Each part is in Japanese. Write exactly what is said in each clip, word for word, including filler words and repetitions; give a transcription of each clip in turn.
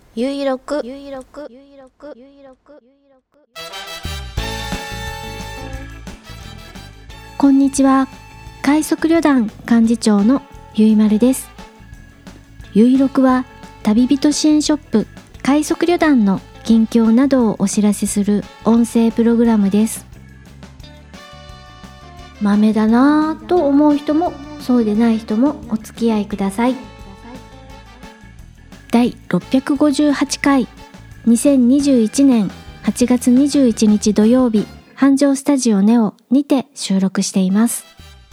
ゆいろくゆいろくゆいろくゆいろくこんにちは。快速旅団幹事長のゆいまるです。ゆいろくは旅人支援ショップ快速旅団の近況などをお知らせする音声プログラムです。豆だなぁと思う人もそうでない人もお付き合いください。だいろっぴゃくごじゅうはちかいにせんにじゅういちねんはちがつにじゅういちにち土曜日、繁盛スタジオネオにて収録しています。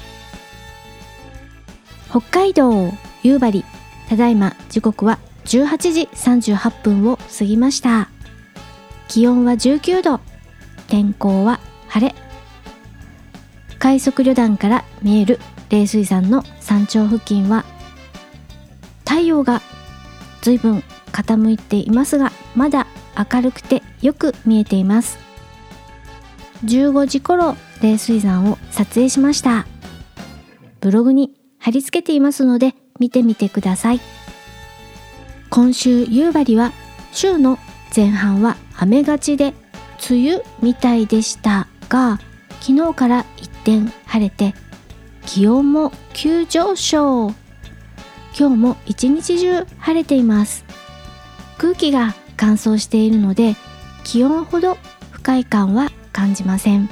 北海道夕張、ただいま時刻はじゅうはちじさんじゅうはっぷんを過ぎました。気温はじゅうきゅうど、天候は晴れ。快速旅団から見える冷水山の山頂付近は太陽がずいぶん傾いていますが、まだ明るくてよく見えています。じゅうごじ頃冷水山を撮影しました。ブログに貼り付けていますので見てみてください。今週夕張は週の前半は雨がちで梅雨みたいでしたが、昨日から一転晴れて気温も急上昇。今日も一日中晴れています。空気が乾燥しているので気温ほど不快感は感じません。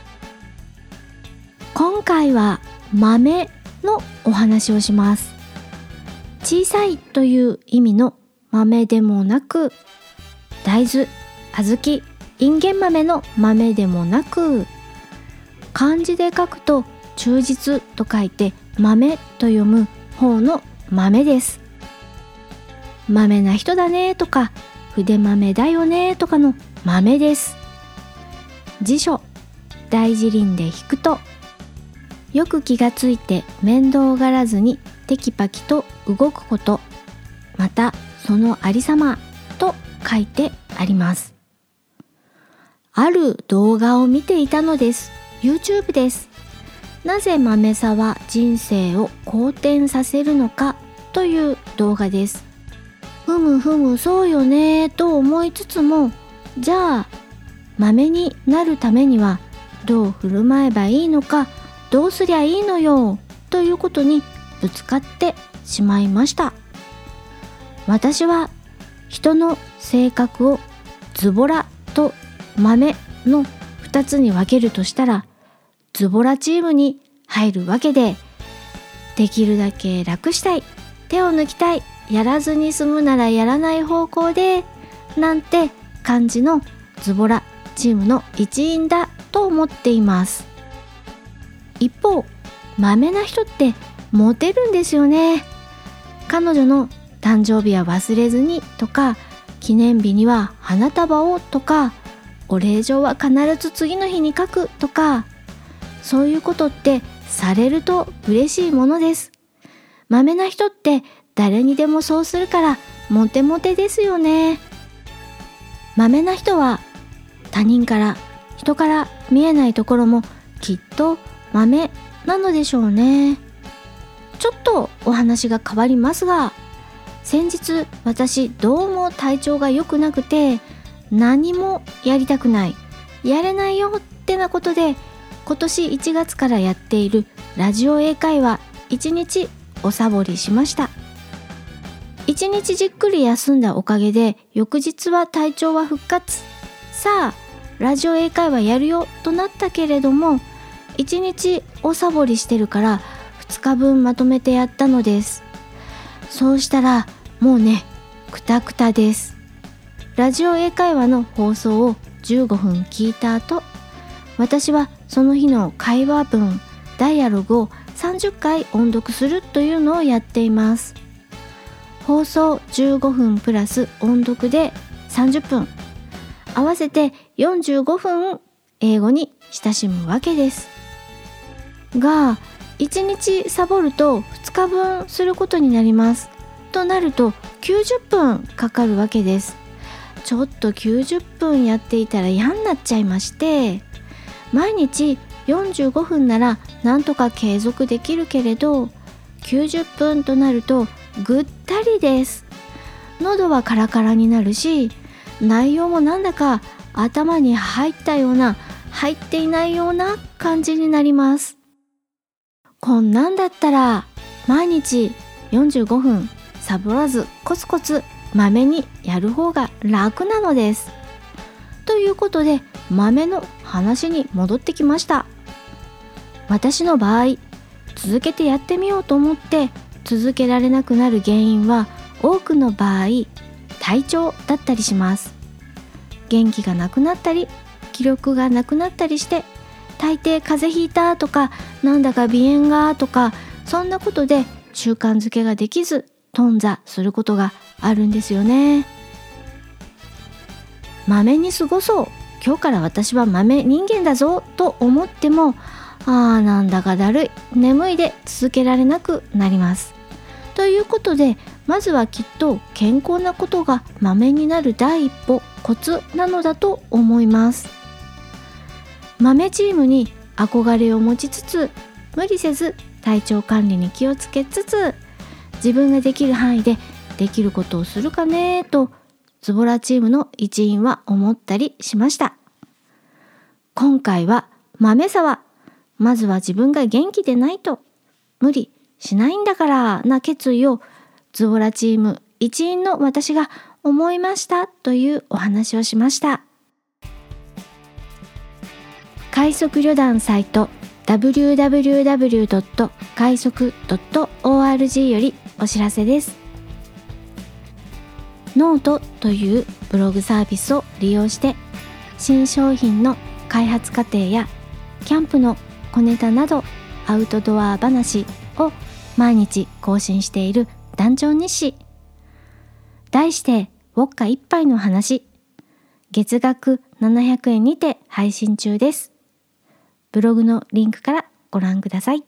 今回は豆のお話をします。小さいという意味の豆でもなく、大豆、小豆、インゲン豆の豆でもなく、漢字で書くと忠実と書いて豆と読む方の豆です。豆な人だねとか筆豆だよねとかの豆です。辞書大辞林で引くと、よく気がついて面倒がらずにテキパキと動くこと、またそのありさまと書いてあります。ある動画を見ていたのです。 YouTube です。なぜ豆さは人生を好転させるのかという動画です。ふむふむそうよねと思いつつも、じゃあ豆になるためにはどう振る舞えばいいのか、どうすりゃいいのよということにぶつかってしまいました。私は人の性格をズボラと豆のふたつに分けるとしたら、ズボラチームに入るわけで、できるだけ楽したい、手を抜きたい、やらずに済むならやらない方向でなんて感じのズボラチームの一員だと思っています。一方、豆な人ってモテるんですよね。彼女の誕生日は忘れずにとか、記念日には花束をとか、お礼状は必ず次の日に書くとか、そういうことってされると嬉しいものです。豆な人って誰にでもそうするからモテモテですよね。豆な人は他人から人から見えないところもきっと豆なのでしょうね。ちょっとお話が変わりますが、先日私どうも体調が良くなくて何もやりたくない、やれないよってなことで、今年いちがつからやっているラジオ英会話いちにちおサボりしました。いちにちじっくり休んだおかげで翌日は体調は復活。さあラジオ英会話やるよとなったけれども、いちにちおサボりしてるからふつかぶんまとめてやったのです。そうしたらもうね、クタクタです。ラジオ英会話の放送をじゅうごふん聞いた後、私はその日の会話文、ダイアログをさんじゅっかい音読するというのをやっています。放送じゅうごふんプラス音読でさんじゅっぷん、合わせてよんじゅうごふん英語に親しむわけです。が、いちにちサボるとふつかぶんすることになります。となるときゅうじゅっぷんかかるわけです。ちょっときゅうじゅっぷんやっていたら嫌になっちゃいまして、毎日よんじゅうごふんならなんとか継続できるけれど、きゅうじゅっぷんとなるとぐったりです。 喉はカラカラになるし、内容もなんだか頭に入ったような入っていないような感じになります。こんなんだったら毎日よんじゅうごふんサボらずコツコツまめにやる方が楽なのです。ということで豆の話に戻ってきました。私の場合、続けてやってみようと思って続けられなくなる原因は多くの場合体調だったりします。元気がなくなったり気力がなくなったりして、大抵風邪ひいたとかなんだか鼻炎がとか、そんなことで習慣づけができず頓挫することがあるんですよね。まめに過ごそう、今日から私は豆人間だぞと思っても、あーなんだかだるい、眠いで続けられなくなります。ということで、まずはきっと健康なことが豆になる第一歩、コツなのだと思います。豆チームに憧れを持ちつつ、無理せず体調管理に気をつけつつ、自分ができる範囲でできることをするかねとズボラチームの一員は思ったりしました。今回は豆さはまずは自分が元気でないと無理しないんだからな決意をズボラチーム一員の私が思いましたというお話をしました。快速旅団サイト ダブリューダブリューダブリュードット快速ドットオーアールジー よりお知らせです。ノートというブログサービスを利用して新商品の開発過程やキャンプの小ネタなどアウトドア話を毎日更新している団長日誌、題してウォッカ一杯の話、月額ななひゃくえんにて配信中です。ブログのリンクからご覧ください。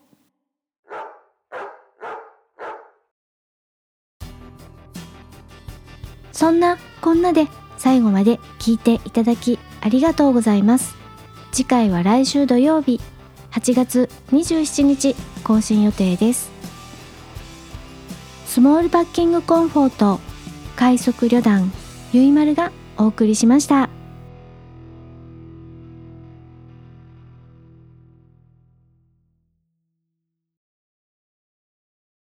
そんなこんなで最後まで聞いていただきありがとうございます。次回は来週土曜日はちがつにじゅうしちにち更新予定です。スモールパッキングコンフォート快速旅団ゆいまるがお送りしました。